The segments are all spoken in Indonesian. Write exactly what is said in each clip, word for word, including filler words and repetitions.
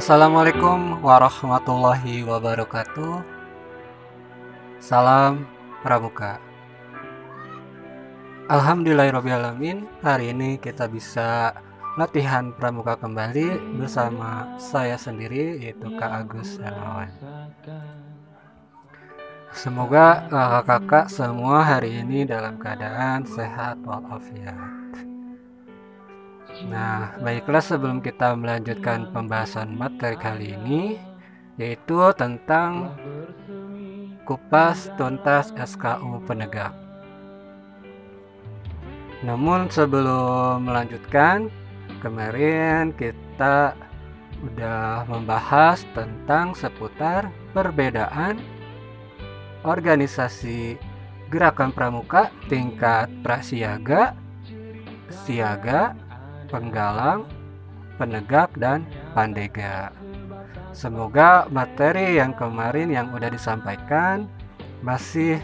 Assalamualaikum warahmatullahi wabarakatuh. Salam Pramuka. Alhamdulillahirrabbilalamin, hari ini kita bisa latihan pramuka kembali bersama saya sendiri, yaitu Kak Agus Hermawan. Semoga kakak-kakak semua hari ini dalam keadaan sehat walafiat. Nah, baiklah, sebelum kita melanjutkan pembahasan materi kali ini, yaitu tentang kupas tuntas S K U penegak. Namun sebelum melanjutkan, kemarin kita udah membahas tentang seputar perbedaan organisasi gerakan pramuka tingkat prasiaga, siaga, penggalang, penegak, dan pandega. Semoga materi yang kemarin yang udah disampaikan masih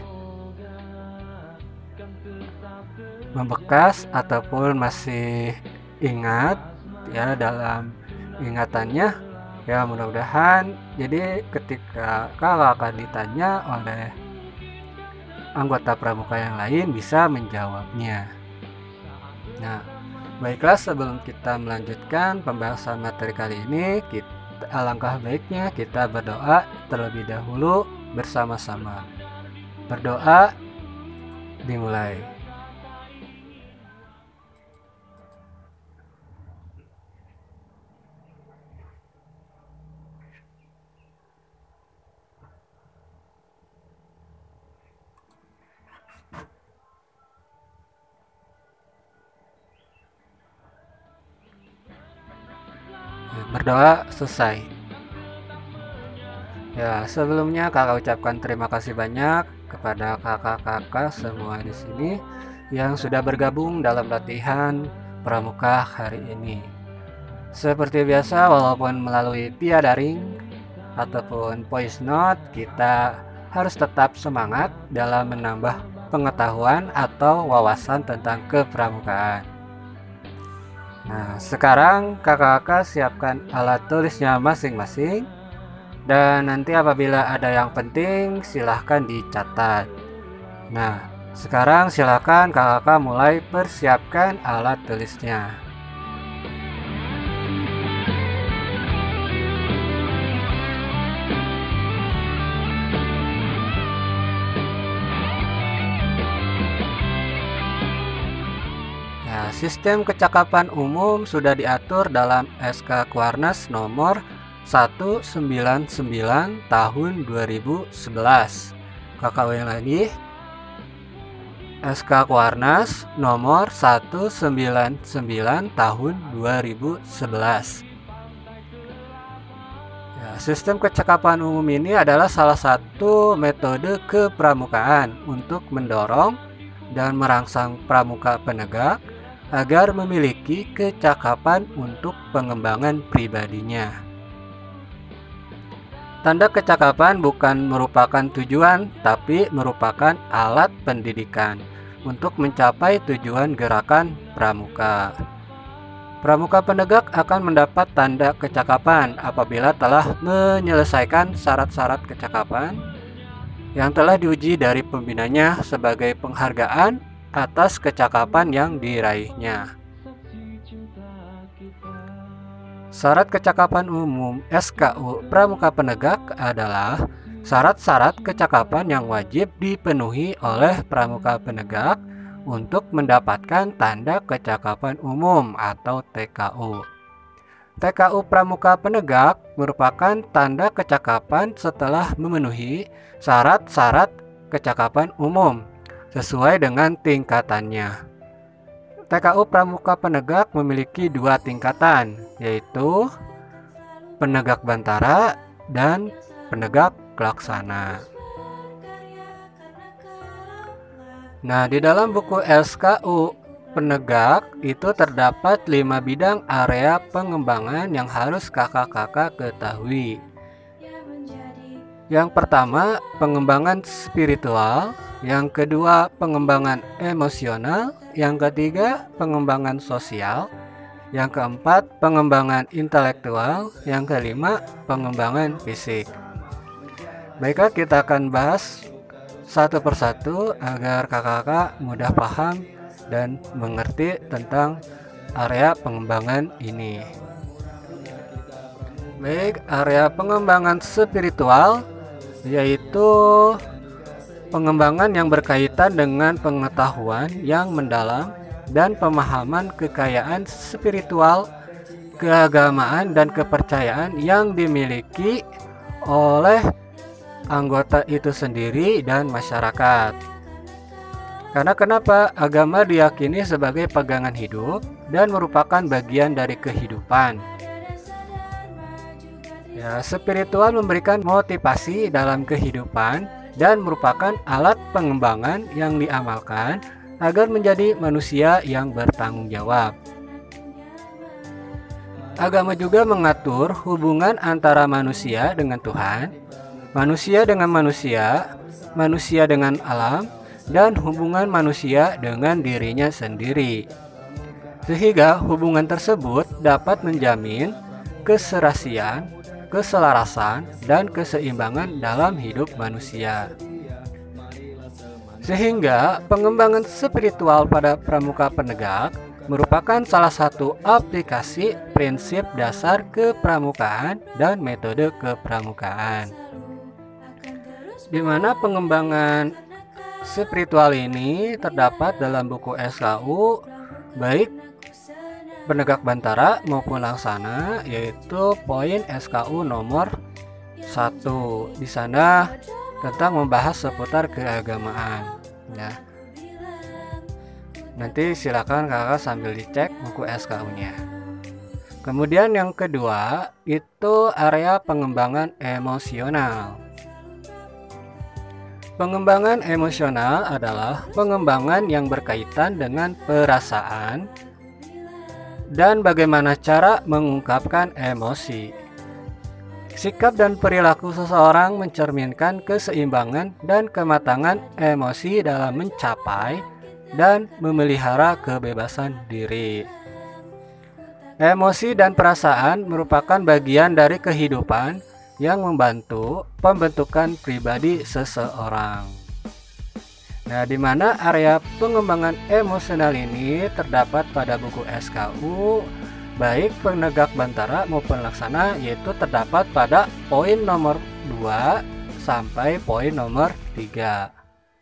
membekas ataupun masih ingat ya dalam ingatannya. Ya, mudah-mudahan jadi ketika kalau akan ditanya oleh anggota pramuka yang lain bisa menjawabnya. Nah, baiklah, sebelum kita melanjutkan pembahasan materi kali ini, kita alangkah baiknya kita berdoa terlebih dahulu bersama-sama. Berdoa dimulai. Berdoa selesai. Ya, sebelumnya kakak ucapkan terima kasih banyak kepada kakak-kakak semua di sini yang sudah bergabung dalam latihan pramuka hari ini. Seperti biasa, walaupun melalui via daring ataupun voice note, kita harus tetap semangat dalam menambah pengetahuan atau wawasan tentang kepramukaan. Nah, sekarang kakak-kakak siapkan alat tulisnya masing-masing, dan nanti apabila ada yang penting silahkan dicatat. Nah, sekarang silahkan kakak-kakak mulai persiapkan alat tulisnya. Sistem kecakapan umum sudah diatur dalam S K Kuarnas nomor seratus sembilan puluh sembilan tahun dua ribu sebelas. Kakak ulang lagi. S K Kuarnas nomor seratus sembilan puluh sembilan tahun dua ribu sebelas. Ya, sistem kecakapan umum ini adalah salah satu metode kepramukaan untuk mendorong dan merangsang pramuka penegak agar memiliki kecakapan untuk pengembangan pribadinya. Tanda kecakapan bukan merupakan tujuan, tapi merupakan alat pendidikan untuk mencapai tujuan gerakan pramuka. Pramuka penegak akan mendapat tanda kecakapan apabila telah menyelesaikan syarat-syarat kecakapan yang telah diuji dari pembinanya sebagai penghargaan atas kecakapan yang diraihnya. Syarat kecakapan umum S K U Pramuka Penegak adalah syarat-syarat kecakapan yang wajib dipenuhi oleh pramuka penegak untuk mendapatkan tanda kecakapan umum atau T K U. T K U Pramuka Penegak merupakan tanda kecakapan setelah memenuhi syarat-syarat kecakapan umum sesuai dengan tingkatannya. T K U Pramuka Penegak memiliki dua tingkatan, yaitu penegak bantara dan penegak pelaksana. Nah, di dalam buku S K U Penegak itu terdapat lima bidang area pengembangan yang harus kakak-kakak ketahui. Yang pertama, pengembangan spiritual. Yang kedua, pengembangan emosional. Yang ketiga, pengembangan sosial. Yang keempat, pengembangan intelektual. Yang kelima, pengembangan fisik. Baiklah, kita akan bahas satu persatu agar kakak-kakak mudah paham dan mengerti tentang area pengembangan ini. Baik, area pengembangan spiritual yaitu pengembangan yang berkaitan dengan pengetahuan yang mendalam dan pemahaman kekayaan spiritual, keagamaan, dan kepercayaan yang dimiliki oleh anggota itu sendiri dan masyarakat. Karena kenapa? Agama diyakini sebagai pegangan hidup dan merupakan bagian dari kehidupan. Ya, spiritual memberikan motivasi dalam kehidupan dan merupakan alat pengembangan yang diamalkan agar menjadi manusia yang bertanggung jawab. Agama juga mengatur hubungan antara manusia dengan Tuhan, manusia dengan manusia, manusia dengan alam, dan hubungan manusia dengan dirinya sendiri. Sehingga hubungan tersebut dapat menjamin keserasian, keselarasan, dan keseimbangan dalam hidup manusia. Sehingga pengembangan spiritual pada pramuka penegak merupakan salah satu aplikasi prinsip dasar kepramukaan dan metode kepramukaan, di mana pengembangan spiritual ini terdapat dalam buku S K U baik penegak bantara maupun laksana, yaitu poin S K U nomor satu. Di sana tentang membahas seputar keagamaan. Ya. Nanti silakan kakak sambil dicek buku S K U-nya. Kemudian yang kedua itu area pengembangan emosional. Pengembangan emosional adalah pengembangan yang berkaitan dengan perasaan dan bagaimana cara mengungkapkan emosi. Sikap dan perilaku seseorang mencerminkan keseimbangan dan kematangan emosi dalam mencapai dan memelihara kebebasan diri. Emosi dan perasaan merupakan bagian dari kehidupan yang membantu pembentukan pribadi seseorang. Nah, di mana area pengembangan emosional ini terdapat pada buku S K U baik penegak bantara maupun laksana, yaitu terdapat pada poin nomor dua sampai poin nomor tiga.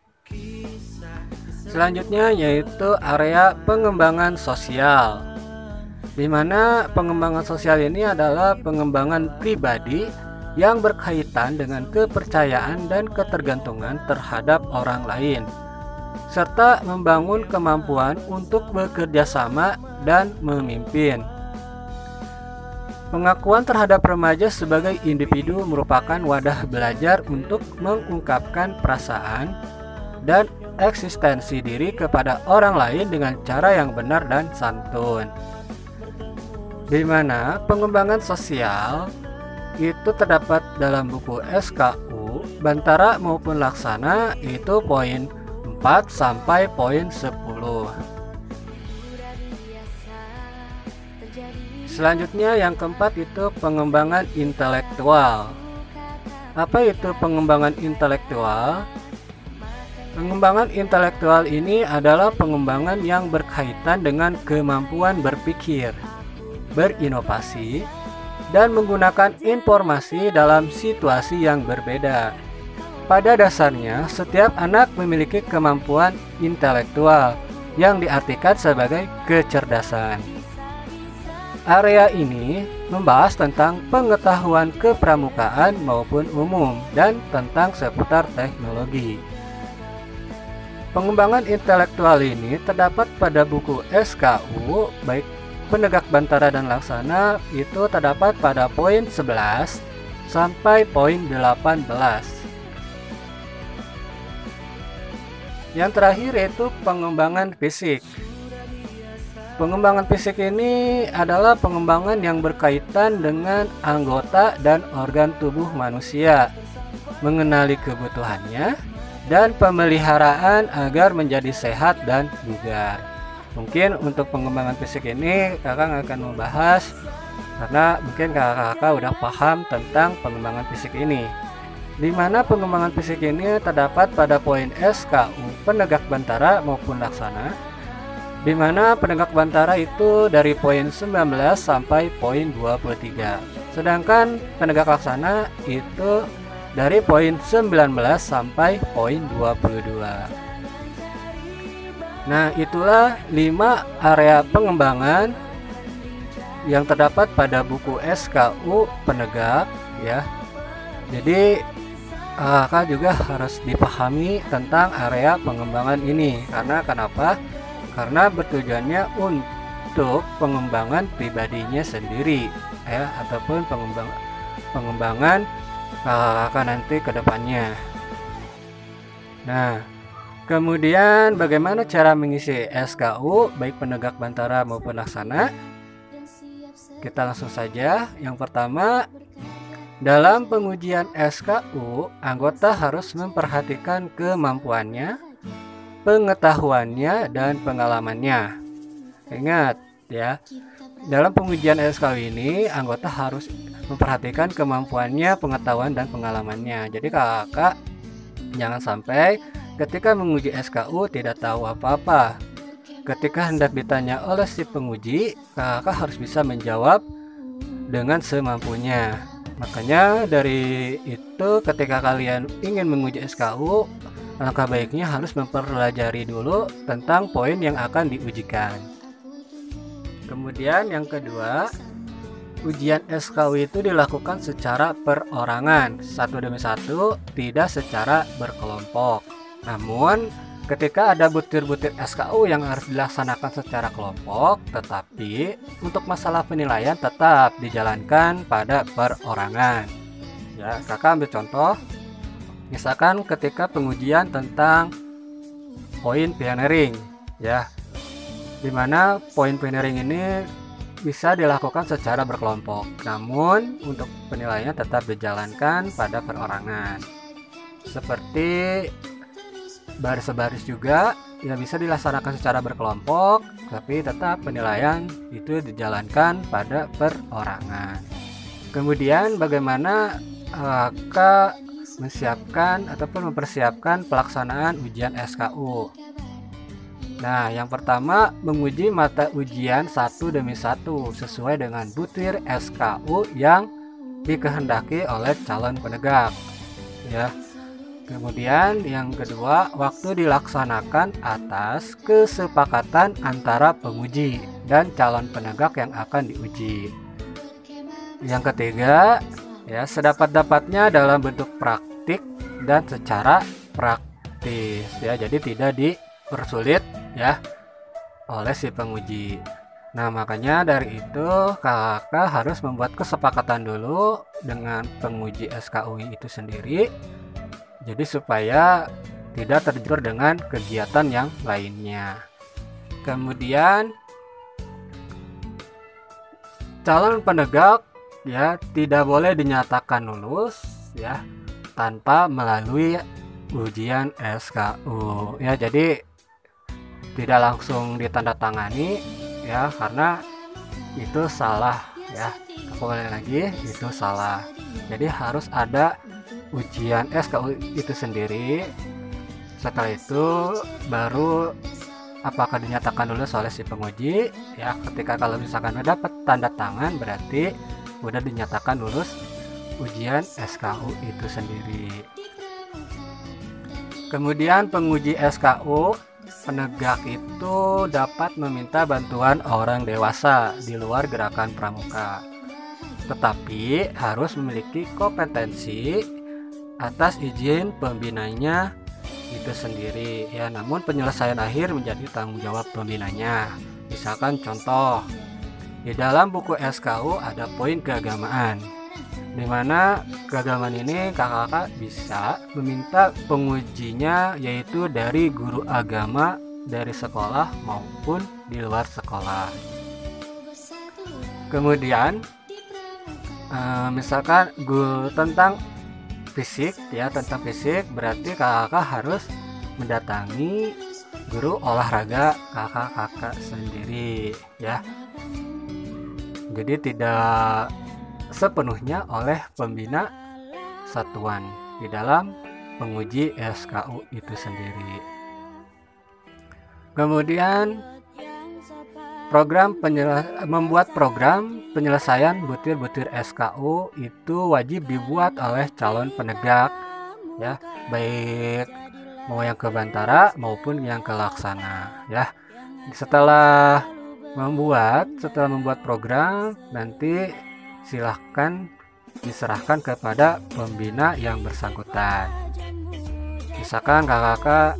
Selanjutnya yaitu area pengembangan sosial, di mana pengembangan sosial ini adalah pengembangan pribadi yang berkaitan dengan kepercayaan dan ketergantungan terhadap orang lain, serta membangun kemampuan untuk bekerja sama dan memimpin. Pengakuan terhadap remaja sebagai individu merupakan wadah belajar untuk mengungkapkan perasaan dan eksistensi diri kepada orang lain dengan cara yang benar dan santun. Di mana pengembangan sosial itu terdapat dalam buku S K U bantara maupun laksana, itu poin empat sampai poin sepuluh. Selanjutnya yang keempat itu pengembangan intelektual. Apa itu pengembangan intelektual? Pengembangan intelektual ini adalah pengembangan yang berkaitan dengan kemampuan berpikir, berinovasi, dan menggunakan informasi dalam situasi yang berbeda. Pada dasarnya, setiap anak memiliki kemampuan intelektual yang diartikan sebagai kecerdasan. Area ini membahas tentang pengetahuan kepramukaan maupun umum dan tentang seputar teknologi. Pengembangan intelektual ini terdapat pada buku S K U baik penegak bantara dan laksana, itu terdapat pada poin sebelas sampai poin delapan belas. Yang terakhir yaitu pengembangan fisik. Pengembangan fisik ini adalah pengembangan yang berkaitan dengan anggota dan organ tubuh manusia, mengenali kebutuhannya, dan pemeliharaan agar menjadi sehat dan bugar. Mungkin untuk pengembangan fisik ini kakak akan membahas karena mungkin kakak-kakak udah paham tentang pengembangan fisik ini, di mana pengembangan fisik ini terdapat pada poin S K U penegak bantara maupun laksana, di mana penegak bantara itu dari poin sembilan belas sampai poin dua puluh tiga, sedangkan penegak laksana itu dari poin sembilan belas sampai poin dua puluh dua. Nah, itulah lima area pengembangan yang terdapat pada buku S K U penegak ya. Jadi kakak juga harus dipahami tentang area pengembangan ini. Karena kenapa? Karena bertujuannya untuk pengembangan pribadinya sendiri ya, ataupun pengembang pengembangan kakak nanti ke depannya. Nah, kemudian bagaimana cara mengisi S K U baik penegak bantara maupun laksana? Kita langsung saja. Yang pertama, dalam pengujian S K U, anggota harus memperhatikan kemampuannya, pengetahuannya, dan pengalamannya. Ingat ya, dalam pengujian S K U ini anggota harus memperhatikan kemampuannya, pengetahuan, dan pengalamannya. Jadi kakak jangan sampai ketika menguji S K U tidak tahu apa-apa. Ketika hendak ditanya oleh si penguji, kakak harus bisa menjawab dengan semampunya. Makanya dari itu ketika kalian ingin menguji S K U, langkah baiknya harus mempelajari dulu tentang poin yang akan diujikan. Kemudian yang kedua, ujian S K U itu dilakukan secara perorangan, satu demi satu, tidak secara berkelompok. Namun ketika ada butir-butir S K U yang harus dilaksanakan secara kelompok, tetapi untuk masalah penilaian tetap dijalankan pada perorangan. Ya, kakak ambil contoh. Misalkan ketika pengujian tentang poin pioneering, ya, dimana poin pioneering ini bisa dilakukan secara berkelompok. Namun untuk penilaiannya tetap dijalankan pada perorangan. Seperti baris-baris juga ya bisa dilaksanakan secara berkelompok, tapi tetap penilaian itu dijalankan pada perorangan. Kemudian bagaimana kakak menyiapkan ataupun mempersiapkan pelaksanaan ujian S K U? Nah, yang pertama, menguji mata ujian satu demi satu sesuai dengan butir S K U yang dikehendaki oleh calon penegak ya. Kemudian yang kedua, waktu dilaksanakan atas kesepakatan antara penguji dan calon penegak yang akan diuji. Yang ketiga, ya, sedapat-dapatnya dalam bentuk praktik dan secara praktis ya. Jadi tidak dipersulit ya oleh si penguji. Nah, makanya dari itu kakak harus membuat kesepakatan dulu dengan penguji S K U itu sendiri. Jadi supaya tidak terjebak dengan kegiatan yang lainnya. Kemudian calon penegak ya tidak boleh dinyatakan lulus ya tanpa melalui ujian S K U ya. Jadi tidak langsung ditandatangani ya, karena itu salah ya. Kembali lagi, itu salah. Jadi harus ada ujian S K U itu sendiri. Setelah itu baru apakah dinyatakan lulus oleh si penguji ya. Ketika kalau misalkan udah dapat tanda tangan, berarti udah dinyatakan lulus ujian S K U itu sendiri. Kemudian penguji S K U penegak itu dapat meminta bantuan orang dewasa di luar gerakan pramuka, tetapi harus memiliki kompetensi atas izin pembinanya itu sendiri ya. Namun penyelesaian akhir menjadi tanggung jawab pembinanya. Misalkan contoh, di dalam buku S K U ada poin keagamaan, di mana keagamaan ini kakak-kakak bisa meminta pengujinya yaitu dari guru agama dari sekolah maupun di luar sekolah. Kemudian uh, misalkan guru tentang fisik ya, tentang fisik berarti kakak harus mendatangi guru olahraga kakak-kakak sendiri ya. Jadi tidak sepenuhnya oleh pembina satuan di dalam penguji S K U itu sendiri. Kemudian program penyela- membuat program penyelesaian butir-butir S K U itu wajib dibuat oleh calon penegak ya, baik mau yang ke Bantara maupun yang ke Laksana ya. Setelah membuat setelah membuat program, nanti silahkan diserahkan kepada pembina yang bersangkutan. Misalkan kakak-kakak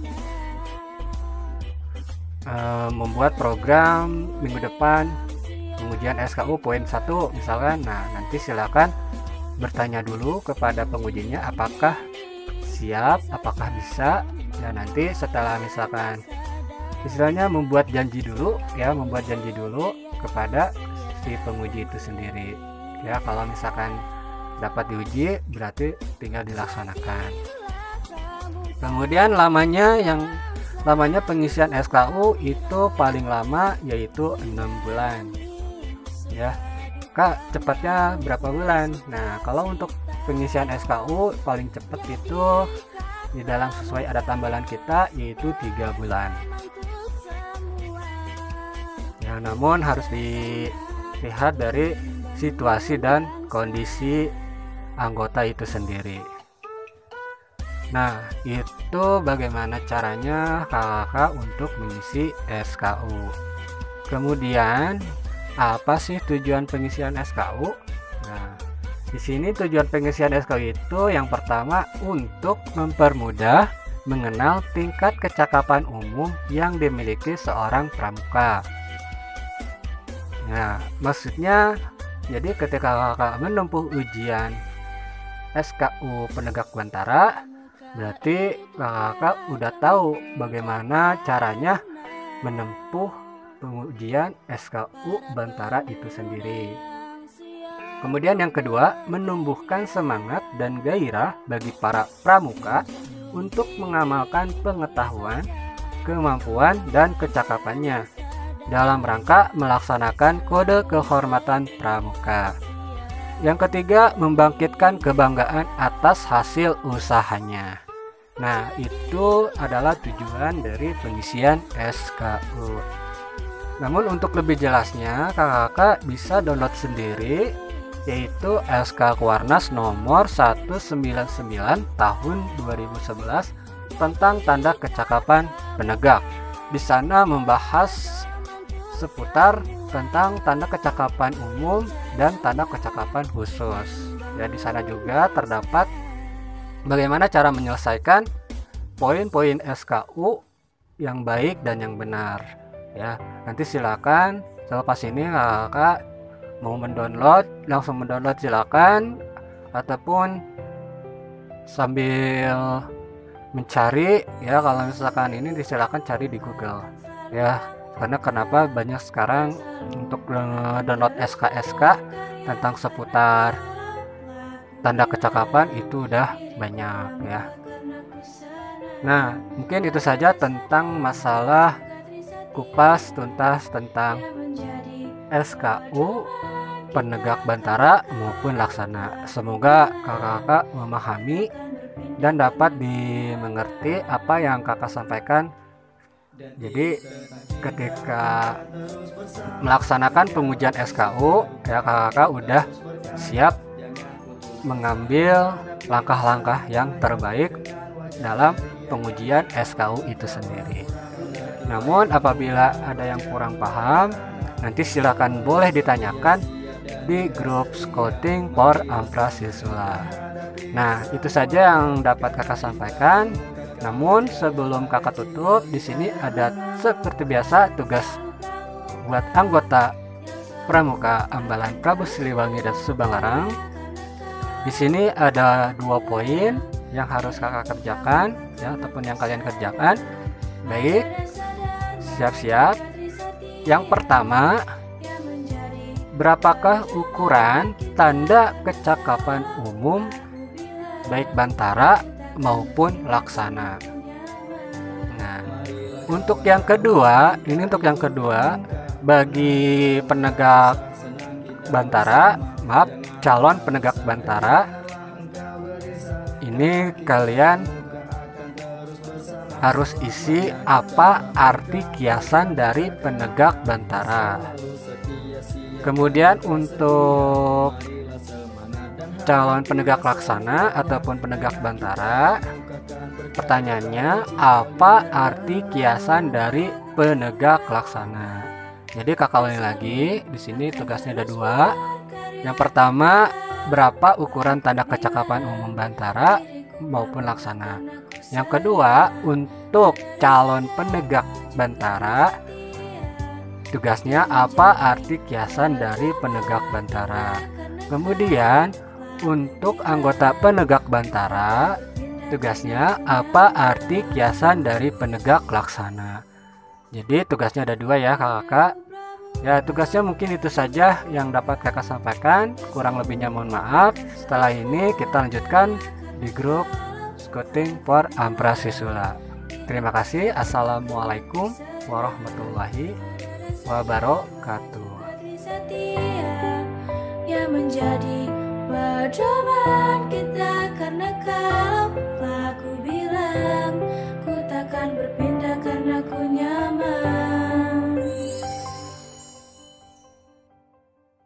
Uh, membuat program minggu depan pengujian S K U poin satu misalkan. Nah, nanti silakan bertanya dulu kepada pengujinya apakah siap, apakah bisa. Ya, nanti setelah misalkan istilahnya membuat janji dulu ya, membuat janji dulu kepada si penguji itu sendiri. Ya, kalau misalkan dapat diuji berarti tinggal dilaksanakan. Kemudian lamanya yang Lamanya pengisian S K U itu paling lama yaitu enam bulan. Ya. Kak, cepatnya berapa bulan? Nah, kalau untuk pengisian S K U paling cepat itu di dalam sesuai ada tambalan kita yaitu tiga bulan. Ya, namun harus dilihat dari situasi dan kondisi anggota itu sendiri. Nah, itu bagaimana caranya kakak untuk mengisi S K U. Kemudian, apa sih tujuan pengisian S K U? Nah, di sini tujuan pengisian S K U itu yang pertama untuk mempermudah mengenal tingkat kecakapan umum yang dimiliki seorang pramuka. Nah, maksudnya jadi ketika kakak menempuh ujian S K U penegak Bantara, berarti kakak udah tahu bagaimana caranya menempuh pengujian S K U Bantara itu sendiri. Kemudian yang kedua, menumbuhkan semangat dan gairah bagi para pramuka untuk mengamalkan pengetahuan, kemampuan, dan kecakapannya dalam rangka melaksanakan kode kehormatan pramuka. Yang ketiga, membangkitkan kebanggaan atas hasil usahanya. Nah, itu adalah tujuan dari pengisian S K U. Namun untuk lebih jelasnya, kakak-kakak bisa download sendiri, yaitu S K Kuarnas nomor seratus sembilan puluh sembilan tahun dua ribu sebelas tentang tanda kecakapan penegak. Di sana membahas seputar tentang tanda kecakapan umum dan tanda kecakapan khusus. Ya, di sana juga terdapat bagaimana cara menyelesaikan poin-poin S K U yang baik dan yang benar. Ya, nanti silakan selepas ini kakak mau mendownload, langsung mendownload silakan, ataupun sambil mencari ya, kalau misalkan ini disilakan cari di Google ya. Karena kenapa banyak sekarang untuk download S K S K tentang seputar tanda kecakapan itu udah banyak ya. Nah, mungkin itu saja tentang masalah kupas tuntas tentang S K U penegak Bantara maupun Laksana. Semoga kakak-kakak memahami dan dapat dimengerti apa yang kakak sampaikan. Jadi ketika melaksanakan pengujian S K U, ya kakak-kakak udah siap mengambil langkah-langkah yang terbaik dalam pengujian S K U itu sendiri. Namun apabila ada yang kurang paham, nanti silakan boleh ditanyakan di grup Scouting for Ampra Siswa. Nah, itu saja yang dapat kakak sampaikan. Namun sebelum kakak tutup, di sini ada seperti biasa tugas buat anggota Pramuka Ambalan Prabu Siliwangi dan Subanglarang. Di sini ada dua poin yang harus kakak kerjakan, ya, ataupun yang kalian kerjakan. Baik, siap-siap. Yang pertama, berapakah ukuran tanda kecakapan umum baik Bantara maupun Laksana? Nah, Untuk yang kedua, ini untuk yang kedua bagi penegak bantara, maaf, calon penegak bantara, ini kalian harus isi apa arti kiasan dari penegak bantara. Kemudian untuk calon penegak laksana ataupun penegak bantara, pertanyaannya apa arti kiasan dari penegak laksana? Jadi kakak ulangi lagi, di sini tugasnya ada dua. Yang pertama, berapa ukuran tanda kecakapan umum bantara maupun laksana. Yang kedua, untuk calon penegak bantara, tugasnya apa arti kiasan dari penegak bantara. Kemudian untuk anggota penegak bantara, tugasnya apa arti kiasan dari penegak laksana. Jadi tugasnya ada dua ya kakak. Ya, tugasnya mungkin itu saja yang dapat kakak sampaikan. Kurang lebihnya mohon maaf. Setelah ini kita lanjutkan di grup Scouting for Ampra Sisula. Terima kasih. Assalamualaikum warahmatullahi wabarakatuh. Yang menjadi pedoman kita, karena kalau aku bilang ku takkan berpindah karena ku nyaman.